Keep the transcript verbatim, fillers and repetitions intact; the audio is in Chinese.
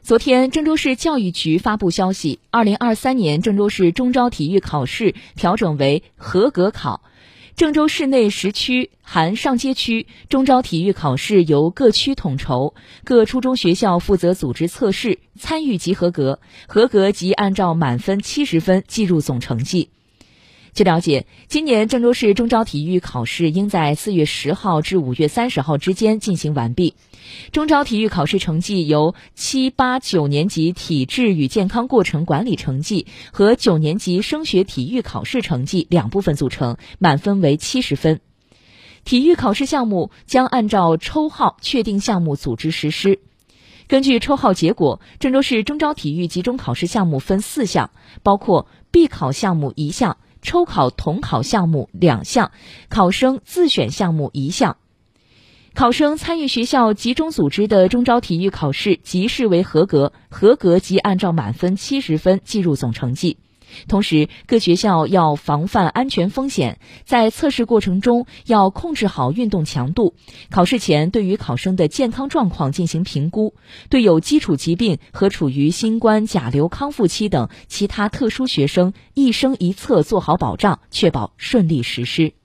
昨天，郑州市教育局发布消息，二零二三年郑州市中招体育考试调整为合格考。郑州市内十区含上街区中招体育考试由各区统筹，各初中学校负责组织测试，参与即合格，合格即按照满分七十分计入总成绩。据了解，今年郑州市中招体育考试应在四月十号至五月三十号之间进行完毕。中招体育考试成绩由七八九年级体质与健康过程管理成绩和九年级升学体育考试成绩两部分组成，满分为七十分。体育考试项目将按照抽号确定项目组织实施。根据抽号结果，郑州市中招体育集中考试项目分四项，包括必考项目一项，抽考统考项目两项，考生自选项目一项。考生参与学校集中组织的中招体育考试即视为合格，合格即按照满分七十分计入总成绩。同时，各学校要防范安全风险，在测试过程中要控制好运动强度。考试前对于考生的健康状况进行评估，对有基础疾病和处于新冠甲流康复期等其他特殊学生一生一测做好保障，确保顺利实施。